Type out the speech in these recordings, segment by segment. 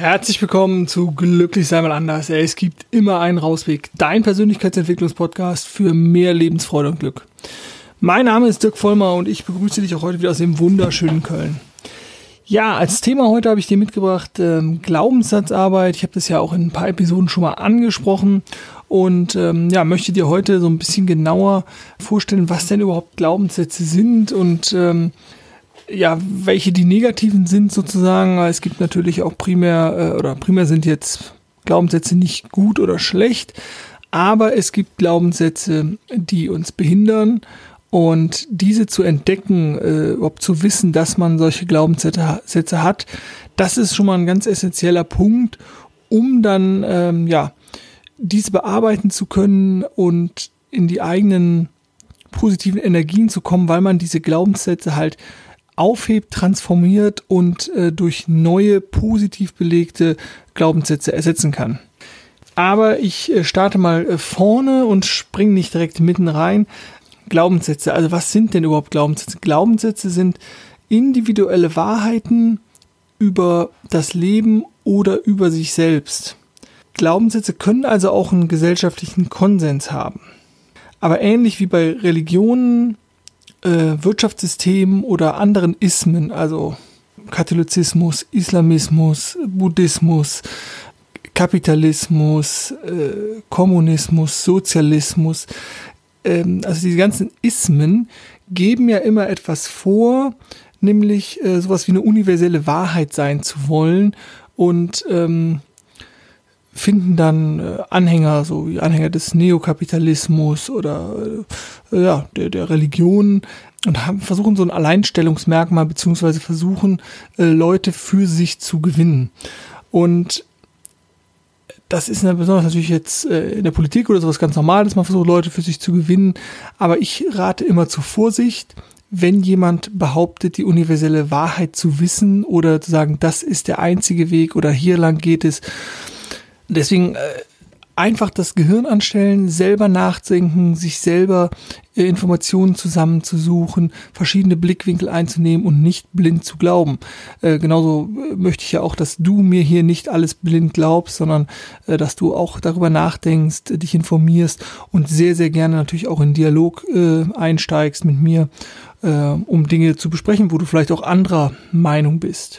Herzlich willkommen zu Glücklich sei mal anders. Es gibt immer einen Rausweg. Dein Persönlichkeitsentwicklungspodcast für mehr Lebensfreude und Glück. Mein Name ist Dirk Vollmer und ich begrüße dich auch heute wieder aus dem wunderschönen Köln. Ja, als Thema heute habe ich dir mitgebracht Glaubenssatzarbeit. Ich habe das ja auch in ein paar Episoden schon mal angesprochen und möchte dir heute so ein bisschen genauer vorstellen, was denn überhaupt Glaubenssätze sind und welche die negativen sind sozusagen. Es gibt natürlich auch primär sind jetzt Glaubenssätze nicht gut oder schlecht, aber es gibt Glaubenssätze, die uns behindern, und diese zu entdecken, überhaupt zu wissen, dass man solche Glaubenssätze hat, das ist schon mal ein ganz essentieller Punkt, um dann diese bearbeiten zu können und in die eigenen positiven Energien zu kommen, weil man diese Glaubenssätze halt aufhebt, transformiert und durch neue, positiv belegte Glaubenssätze ersetzen kann. Aber ich starte mal vorne und springe nicht direkt mitten rein. Glaubenssätze, also was sind denn überhaupt Glaubenssätze? Glaubenssätze sind individuelle Wahrheiten über das Leben oder über sich selbst. Glaubenssätze können also auch einen gesellschaftlichen Konsens haben. Aber ähnlich wie bei Religionen, Wirtschaftssystemen oder anderen Ismen, also Katholizismus, Islamismus, Buddhismus, Kapitalismus, Kommunismus, Sozialismus, also diese ganzen Ismen geben ja immer etwas vor, nämlich sowas wie eine universelle Wahrheit sein zu wollen und finden dann Anhänger, so wie Anhänger des Neokapitalismus oder der Religion, und versuchen so ein Alleinstellungsmerkmal beziehungsweise versuchen Leute für sich zu gewinnen. Und das ist besonders natürlich jetzt in der Politik oder sowas ganz normal, dass man versucht, Leute für sich zu gewinnen. Aber ich rate immer zur Vorsicht, wenn jemand behauptet, die universelle Wahrheit zu wissen oder zu sagen, das ist der einzige Weg oder hier lang geht es. Deswegen einfach das Gehirn anstellen, selber nachdenken, sich selber Informationen zusammenzusuchen, verschiedene Blickwinkel einzunehmen und nicht blind zu glauben. Genauso möchte ich ja auch, dass du mir hier nicht alles blind glaubst, sondern dass du auch darüber nachdenkst, dich informierst und sehr, sehr gerne natürlich auch in Dialog einsteigst mit mir, um Dinge zu besprechen, wo du vielleicht auch anderer Meinung bist.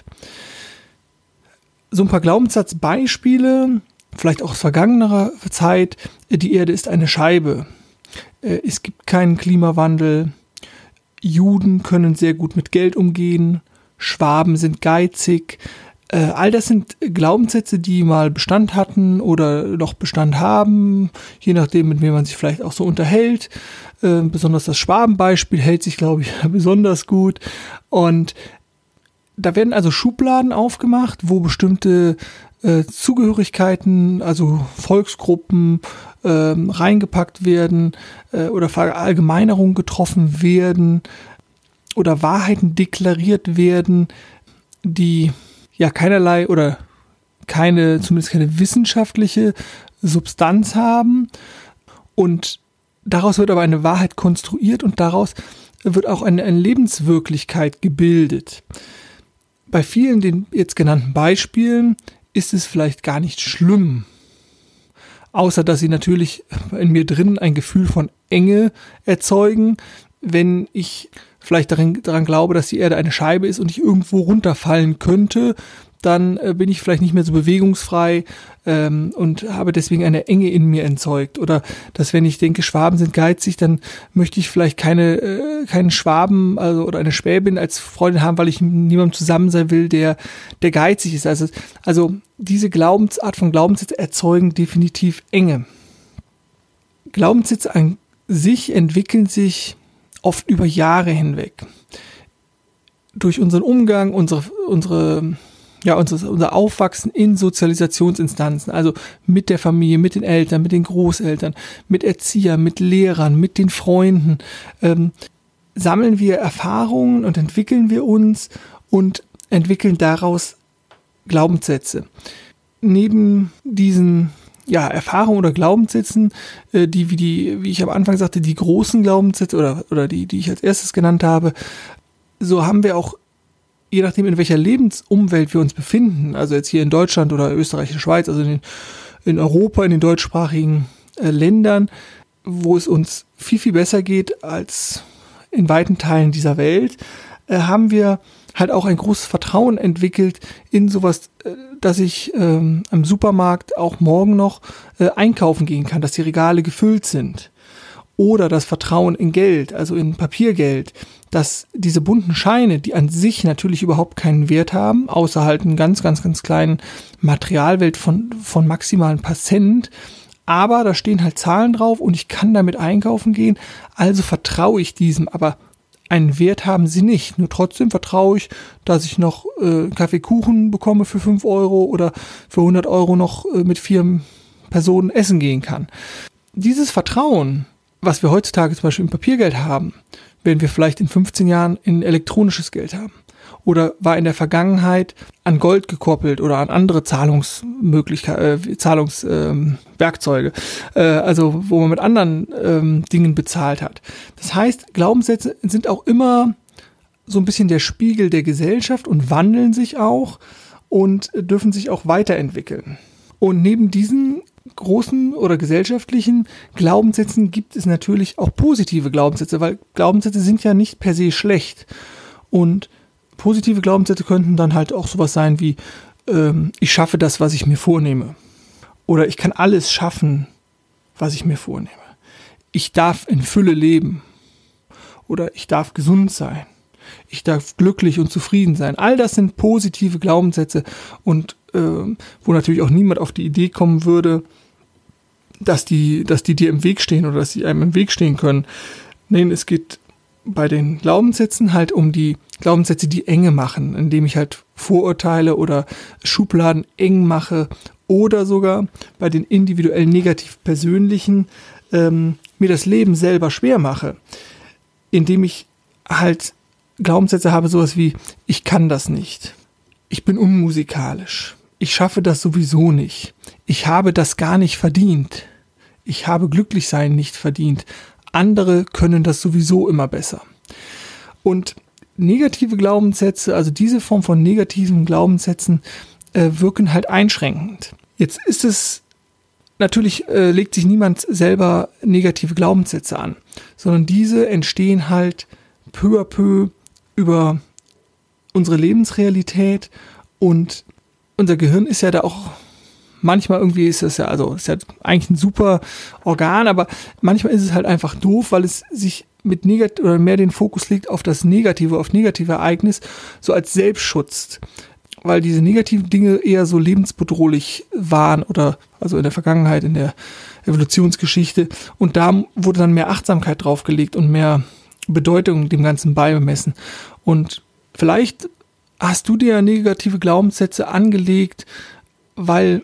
So ein paar Glaubenssatzbeispiele, vielleicht auch aus vergangener Zeit. Die Erde ist eine Scheibe. Es gibt keinen Klimawandel. Juden können sehr gut mit Geld umgehen. Schwaben sind geizig. All das sind Glaubenssätze, die mal Bestand hatten oder noch Bestand haben, je nachdem, mit wem man sich vielleicht auch so unterhält. Besonders das Schwabenbeispiel hält sich, glaube ich, besonders gut. Und da werden also Schubladen aufgemacht, wo bestimmte Zugehörigkeiten, also Volksgruppen reingepackt werden oder Verallgemeinerungen getroffen werden oder Wahrheiten deklariert werden, die ja keinerlei oder zumindest keine wissenschaftliche Substanz haben, und daraus wird aber eine Wahrheit konstruiert und daraus wird auch eine Lebenswirklichkeit gebildet. Bei vielen den jetzt genannten Beispielen ist es vielleicht gar nicht schlimm, außer dass sie natürlich in mir drin ein Gefühl von Enge erzeugen, wenn ich vielleicht daran glaube, dass die Erde eine Scheibe ist und ich irgendwo runterfallen könnte, dann bin ich vielleicht nicht mehr so bewegungsfrei und habe deswegen eine Enge in mir erzeugt. Oder dass, wenn ich denke, Schwaben sind geizig, dann möchte ich vielleicht keinen Schwaben oder eine Schwäbin als Freundin haben, weil ich mit niemandem zusammen sein will, der geizig ist. Also diese Art von Glaubenssätze erzeugen definitiv Enge. Glaubenssätze an sich entwickeln sich oft über Jahre hinweg. Durch unseren Umgang, unser Aufwachsen in Sozialisationsinstanzen, also mit der Familie, mit den Eltern, mit den Großeltern, mit Erziehern, mit Lehrern, mit den Freunden, sammeln wir Erfahrungen und entwickeln wir uns und entwickeln daraus Glaubenssätze. Neben diesen Erfahrungen oder Glaubenssätzen, wie ich am Anfang sagte, die großen Glaubenssätze oder die ich als erstes genannt habe, so haben wir auch je nachdem, in welcher Lebensumwelt wir uns befinden, also jetzt hier in Deutschland oder Österreich, Schweiz, also in Europa, in den deutschsprachigen Ländern, wo es uns viel, viel besser geht als in weiten Teilen dieser Welt, haben wir halt auch ein großes Vertrauen entwickelt in sowas, dass ich am Supermarkt auch morgen noch einkaufen gehen kann, dass die Regale gefüllt sind. Oder das Vertrauen in Geld, also in Papiergeld, dass diese bunten Scheine, die an sich natürlich überhaupt keinen Wert haben, außer halt einen ganz, ganz, ganz kleinen Materialwert von maximalen paar Cent, aber da stehen halt Zahlen drauf und ich kann damit einkaufen gehen, also vertraue ich diesem, aber einen Wert haben sie nicht. Nur trotzdem vertraue ich, dass ich noch Kaffeekuchen bekomme für 5 Euro oder für 100 Euro noch mit 4 Personen essen gehen kann. Dieses Vertrauen, was wir heutzutage zum Beispiel im Papiergeld haben, werden wir vielleicht in 15 Jahren in elektronisches Geld haben. Oder war in der Vergangenheit an Gold gekoppelt oder an andere Zahlungsmöglichkeiten, Zahlungswerkzeuge, also wo man mit anderen Dingen bezahlt hat. Das heißt, Glaubenssätze sind auch immer so ein bisschen der Spiegel der Gesellschaft und wandeln sich auch und dürfen sich auch weiterentwickeln. Und neben diesen großen oder gesellschaftlichen Glaubenssätzen gibt es natürlich auch positive Glaubenssätze, weil Glaubenssätze sind ja nicht per se schlecht. Und positive Glaubenssätze könnten dann halt auch sowas sein wie, ich schaffe das, was ich mir vornehme. Oder ich kann alles schaffen, was ich mir vornehme. Ich darf in Fülle leben. Oder ich darf gesund sein. Ich darf glücklich und zufrieden sein. All das sind positive Glaubenssätze und wo natürlich auch niemand auf die Idee kommen würde, dass die dir im Weg stehen oder dass sie einem im Weg stehen können. Nein, es geht bei den Glaubenssätzen halt um die Glaubenssätze, die Enge machen, indem ich halt Vorurteile oder Schubladen eng mache oder sogar bei den individuell negativ persönlichen mir das Leben selber schwer mache, indem ich halt Glaubenssätze habe, sowas wie, ich kann das nicht, ich bin unmusikalisch, ich schaffe das sowieso nicht, ich habe das gar nicht verdient, ich habe Glücklichsein nicht verdient, andere können das sowieso immer besser. Und negative Glaubenssätze, also diese Form von negativen Glaubenssätzen, wirken halt einschränkend. Jetzt ist es, natürlich legt sich niemand selber negative Glaubenssätze an, sondern diese entstehen halt peu à peu über unsere Lebensrealität und unser Gehirn ist ja da auch, manchmal irgendwie ist es ja, also ist ja eigentlich ein super Organ, aber manchmal ist es halt einfach doof, weil es sich mit negativ oder mehr den Fokus legt auf das Negative, auf negative Ereignis, so als Selbstschutz, weil diese negativen Dinge eher so lebensbedrohlich waren oder also in der Vergangenheit, in der Evolutionsgeschichte und da wurde dann mehr Achtsamkeit draufgelegt und mehr Bedeutung dem Ganzen beimessen und vielleicht hast du dir negative Glaubenssätze angelegt, weil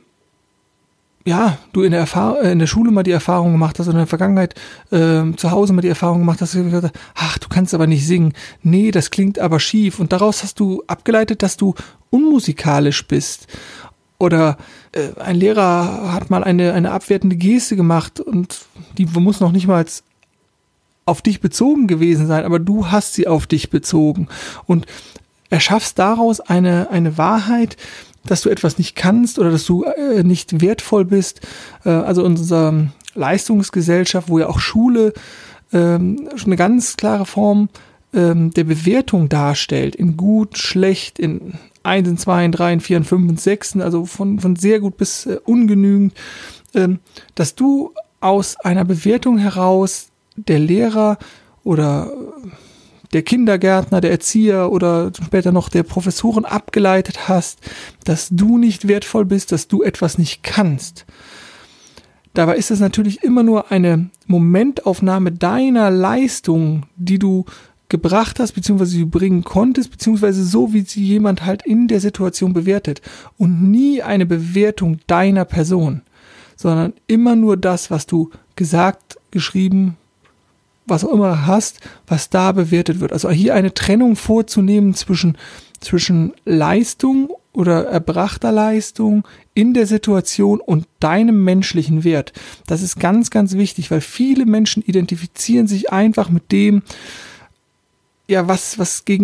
ja, du in der Schule mal die Erfahrung gemacht hast oder in der Vergangenheit zu Hause mal die Erfahrung gemacht hast, ach, du kannst aber nicht singen. Nee, das klingt aber schief. Und daraus hast du abgeleitet, dass du unmusikalisch bist. Oder ein Lehrer hat mal eine abwertende Geste gemacht und die muss noch nicht mal auf dich bezogen gewesen sein, aber du hast sie auf dich bezogen. Und erschaffst daraus eine Wahrheit, dass du etwas nicht kannst oder dass du nicht wertvoll bist. Also unsere Leistungsgesellschaft, wo ja auch Schule schon eine ganz klare Form der Bewertung darstellt, in gut, schlecht, in 1, 2, 3, 4, 5, 6, also von sehr gut bis ungenügend, dass du aus einer Bewertung heraus der Lehrer oder der Kindergärtner, der Erzieher oder später noch der Professoren abgeleitet hast, dass du nicht wertvoll bist, dass du etwas nicht kannst. Dabei ist es natürlich immer nur eine Momentaufnahme deiner Leistung, die du gebracht hast, beziehungsweise du bringen konntest, beziehungsweise so, wie sie jemand halt in der Situation bewertet. Und nie eine Bewertung deiner Person, sondern immer nur das, was du gesagt, geschrieben, was auch immer hast, was da bewertet wird. Also hier eine Trennung vorzunehmen zwischen Leistung oder erbrachter Leistung in der Situation und deinem menschlichen Wert. Das ist ganz, ganz wichtig, weil viele Menschen identifizieren sich einfach mit dem, was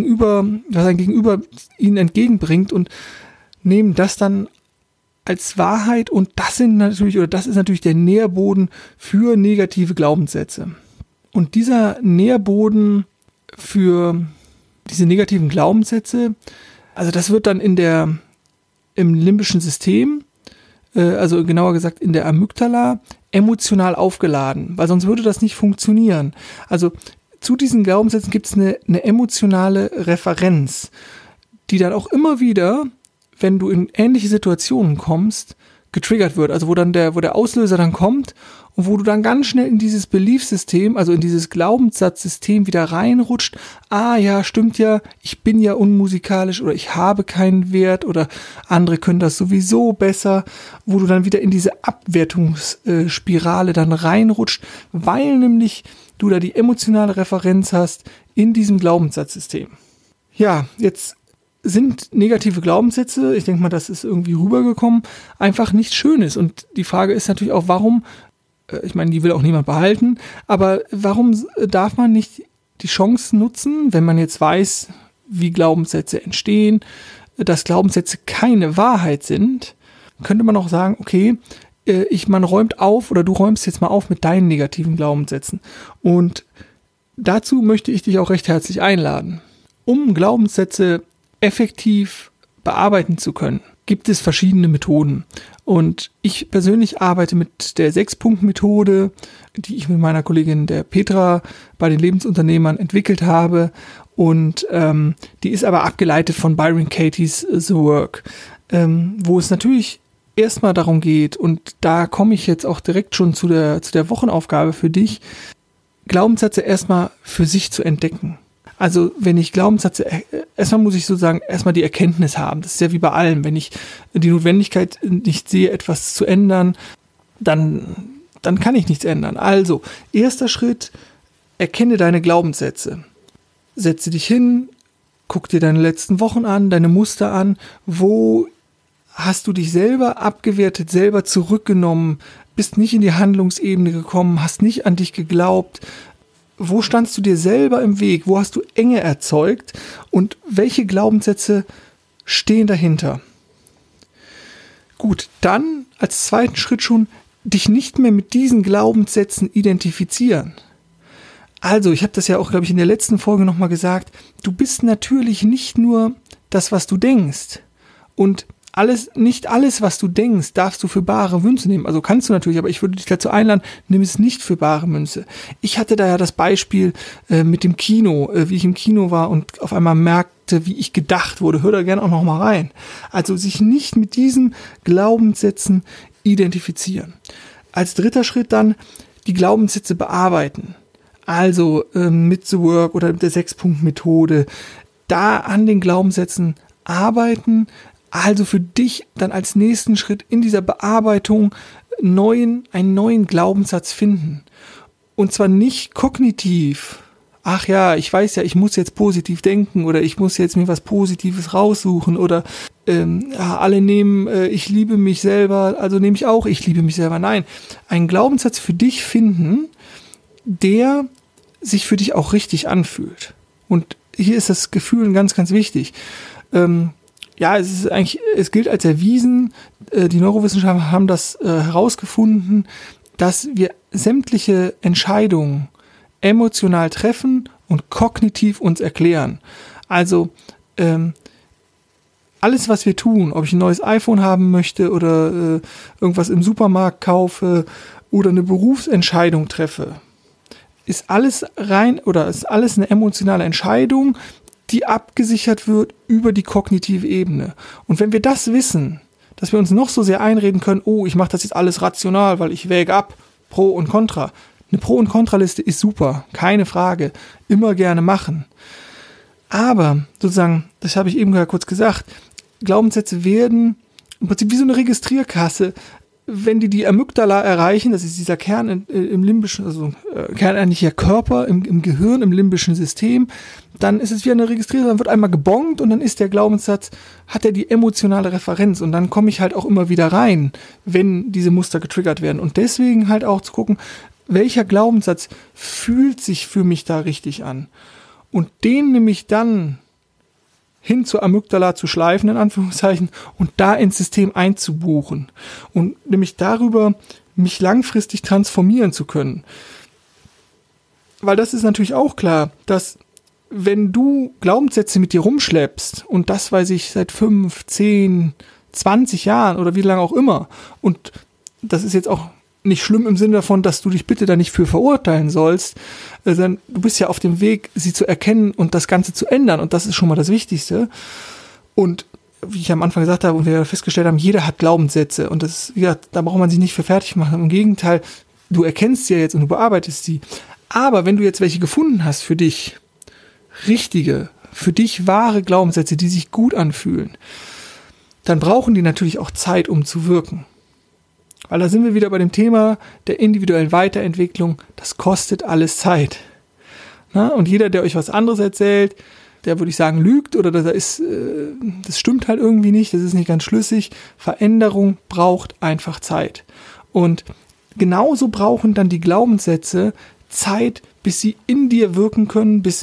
ein Gegenüber ihnen entgegenbringt und nehmen das dann als Wahrheit, und das ist natürlich der Nährboden für negative Glaubenssätze. Und dieser Nährboden für diese negativen Glaubenssätze, also das wird dann im limbischen System, also genauer gesagt in der Amygdala, emotional aufgeladen, weil sonst würde das nicht funktionieren. Also zu diesen Glaubenssätzen gibt es eine emotionale Referenz, die dann auch immer wieder, wenn du in ähnliche Situationen kommst, getriggert wird. Also wo der Auslöser dann kommt und wo du dann ganz schnell in dieses Beliefsystem, also in dieses Glaubenssatzsystem wieder reinrutscht. Ah ja, stimmt ja, ich bin ja unmusikalisch oder ich habe keinen Wert oder andere können das sowieso besser, wo du dann wieder in diese Abwertungsspirale dann reinrutscht, weil nämlich du da die emotionale Referenz hast in diesem Glaubenssatzsystem. Ja, jetzt sind negative Glaubenssätze, ich denke mal, das ist irgendwie rübergekommen, einfach nichts Schönes. Und die Frage ist natürlich auch, warum, ich meine, die will auch niemand behalten, aber warum darf man nicht die Chance nutzen, wenn man jetzt weiß, wie Glaubenssätze entstehen, dass Glaubenssätze keine Wahrheit sind, könnte man auch sagen, okay, man räumt auf oder du räumst jetzt mal auf mit deinen negativen Glaubenssätzen. Und dazu möchte ich dich auch recht herzlich einladen. Um Glaubenssätze effektiv bearbeiten zu können, gibt es verschiedene Methoden. Und ich persönlich arbeite mit der 6-Punkt-Methode, die ich mit meiner Kollegin der Petra bei den Lebensunternehmern entwickelt habe. Und die ist aber abgeleitet von Byron Katie's The Work, wo es natürlich erstmal darum geht, und da komme ich jetzt auch direkt schon zu der Wochenaufgabe für dich, Glaubenssätze erstmal für sich zu entdecken. Also wenn ich Glaubenssätze, erstmal muss ich sozusagen erstmal die Erkenntnis haben. Das ist ja wie bei allem. Wenn ich die Notwendigkeit nicht sehe, etwas zu ändern, dann kann ich nichts ändern. Also, erster Schritt, erkenne deine Glaubenssätze. Setze dich hin, guck dir deine letzten Wochen an, deine Muster an. Wo hast du dich selber abgewertet, selber zurückgenommen, bist nicht in die Handlungsebene gekommen, hast nicht an dich geglaubt? Wo standst du dir selber im Weg? Wo hast du Enge erzeugt? Und welche Glaubenssätze stehen dahinter? Gut, dann als zweiten Schritt schon dich nicht mehr mit diesen Glaubenssätzen identifizieren. Also, ich habe das ja auch, glaube ich, in der letzten Folge nochmal gesagt, du bist natürlich nicht nur das, was du denkst. Und nicht alles, was du denkst, darfst du für bare Münze nehmen. Also kannst du natürlich, aber ich würde dich dazu einladen, nimm es nicht für bare Münze. Ich hatte da ja das Beispiel mit dem Kino, wie ich im Kino war und auf einmal merkte, wie ich gedacht wurde. Hör da gerne auch noch mal rein. Also sich nicht mit diesen Glaubenssätzen identifizieren. Als dritter Schritt dann die Glaubenssätze bearbeiten. Also mit The Work oder mit der 6-Punkt-Methode. Da an den Glaubenssätzen arbeiten. Also für dich dann als nächsten Schritt in dieser Bearbeitung einen neuen Glaubenssatz finden. Und zwar nicht kognitiv. Ach ja, ich weiß ja, ich muss jetzt positiv denken oder ich muss jetzt mir was Positives raussuchen oder alle nehmen, ich liebe mich selber, also nehme ich auch, ich liebe mich selber. Nein, einen Glaubenssatz für dich finden, der sich für dich auch richtig anfühlt. Und hier ist das Gefühl ganz, ganz wichtig. Ja, es gilt als erwiesen, die Neurowissenschaftler haben das herausgefunden, dass wir sämtliche Entscheidungen emotional treffen und kognitiv uns erklären. Also alles, was wir tun, ob ich ein neues iPhone haben möchte oder irgendwas im Supermarkt kaufe oder eine Berufsentscheidung treffe, ist alles eine emotionale Entscheidung, die abgesichert wird über die kognitive Ebene. Und wenn wir das wissen, dass wir uns noch so sehr einreden können, oh, ich mache das jetzt alles rational, weil ich wäge ab, Pro und Contra. Eine Pro- und Kontraliste ist super, keine Frage, immer gerne machen. Aber sozusagen, das habe ich eben gerade kurz gesagt, Glaubenssätze werden im Prinzip wie so eine Registrierkasse. Wenn die Amygdala erreichen, das ist dieser Kern im limbischen, also kernähnlicher Körper im Gehirn, im limbischen System, dann ist es wie eine Registrierung, dann wird einmal gebongt und dann ist der Glaubenssatz, hat er die emotionale Referenz und dann komme ich halt auch immer wieder rein, wenn diese Muster getriggert werden. Und deswegen halt auch zu gucken, welcher Glaubenssatz fühlt sich für mich da richtig an. und den nämlich dann hin zur Amygdala zu schleifen, in Anführungszeichen, und da ins System einzubuchen und nämlich darüber mich langfristig transformieren zu können. Weil das ist natürlich auch klar, dass wenn du Glaubenssätze mit dir rumschleppst und das weiß ich seit 5, 10, 20 Jahren oder wie lange auch immer, und das ist jetzt auch nicht schlimm im Sinne davon, dass du dich bitte da nicht für verurteilen sollst, sondern du bist ja auf dem Weg, sie zu erkennen und das Ganze zu ändern, und das ist schon mal das Wichtigste. Und wie ich am Anfang gesagt habe und wir festgestellt haben, jeder hat Glaubenssätze, und das, ja, da braucht man sich nicht für fertig machen. Im Gegenteil, du erkennst sie ja jetzt und du bearbeitest sie. Aber wenn du jetzt welche gefunden hast für dich, richtige, für dich wahre Glaubenssätze, die sich gut anfühlen, dann brauchen die natürlich auch Zeit, um zu wirken. Weil da sind wir wieder bei dem Thema der individuellen Weiterentwicklung. Das kostet alles Zeit. Na, und jeder, der euch was anderes erzählt, der, würde ich sagen, lügt oder das stimmt halt irgendwie nicht, das ist nicht ganz schlüssig. Veränderung braucht einfach Zeit. Und genauso brauchen dann die Glaubenssätze Zeit, bis sie in dir wirken können, bis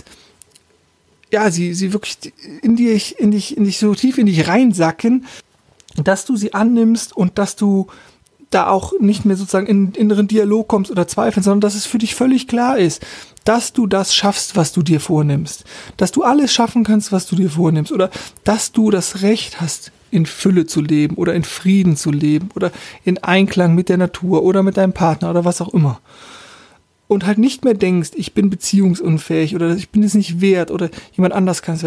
ja, sie wirklich in dich so tief in dich reinsacken, dass du sie annimmst und dass du da auch nicht mehr sozusagen in inneren Dialog kommst oder zweifeln, sondern dass es für dich völlig klar ist, dass du das schaffst, was du dir vornimmst, dass du alles schaffen kannst, was du dir vornimmst, oder dass du das Recht hast, in Fülle zu leben oder in Frieden zu leben oder in Einklang mit der Natur oder mit deinem Partner oder was auch immer. Und halt nicht mehr denkst, ich bin beziehungsunfähig oder ich bin es nicht wert oder jemand anders kann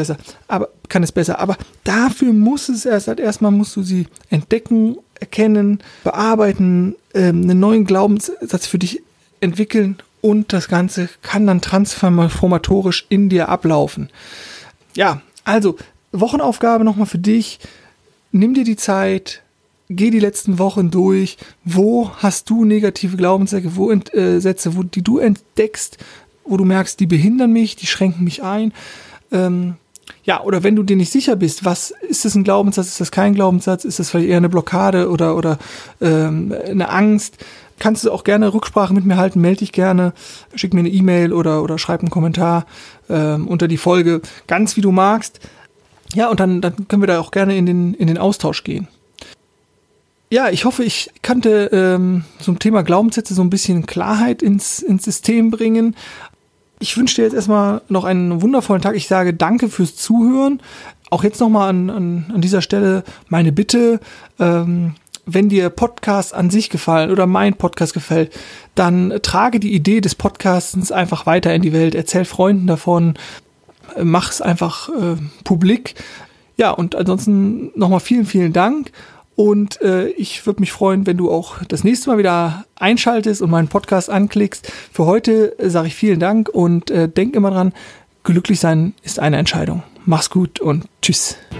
es besser. Aber dafür erstmal musst du sie entdecken, erkennen, bearbeiten, einen neuen Glaubenssatz für dich entwickeln, und das Ganze kann dann transformatorisch in dir ablaufen. Ja, also Wochenaufgabe nochmal für dich. Nimm dir die Zeit, geh die letzten Wochen durch. Wo hast du negative Glaubenssätze, die du entdeckst, wo du merkst, die behindern mich, die schränken mich ein? Ja, oder wenn du dir nicht sicher bist, was ist das, ein Glaubenssatz, ist das kein Glaubenssatz, ist das vielleicht eher eine Blockade oder eine Angst, kannst du auch gerne Rücksprache mit mir halten, melde dich gerne, schick mir eine E-Mail oder schreib einen Kommentar unter die Folge, ganz wie du magst. Ja, und dann können wir da auch gerne in den Austausch gehen. Ja, ich hoffe, ich konnte zum Thema Glaubenssätze so ein bisschen Klarheit ins System bringen. Ich wünsche dir jetzt erstmal noch einen wundervollen Tag. Ich sage danke fürs Zuhören. Auch jetzt nochmal an dieser Stelle meine Bitte, wenn dir Podcasts an sich gefallen oder mein Podcast gefällt, dann trage die Idee des Podcastens einfach weiter in die Welt. Erzähl Freunden davon, mach es einfach publik. Ja, und ansonsten nochmal vielen, vielen Dank. Und ich würde mich freuen, wenn du auch das nächste Mal wieder einschaltest und meinen Podcast anklickst. Für heute sage ich vielen Dank und denk immer dran, glücklich sein ist eine Entscheidung. Mach's gut und tschüss.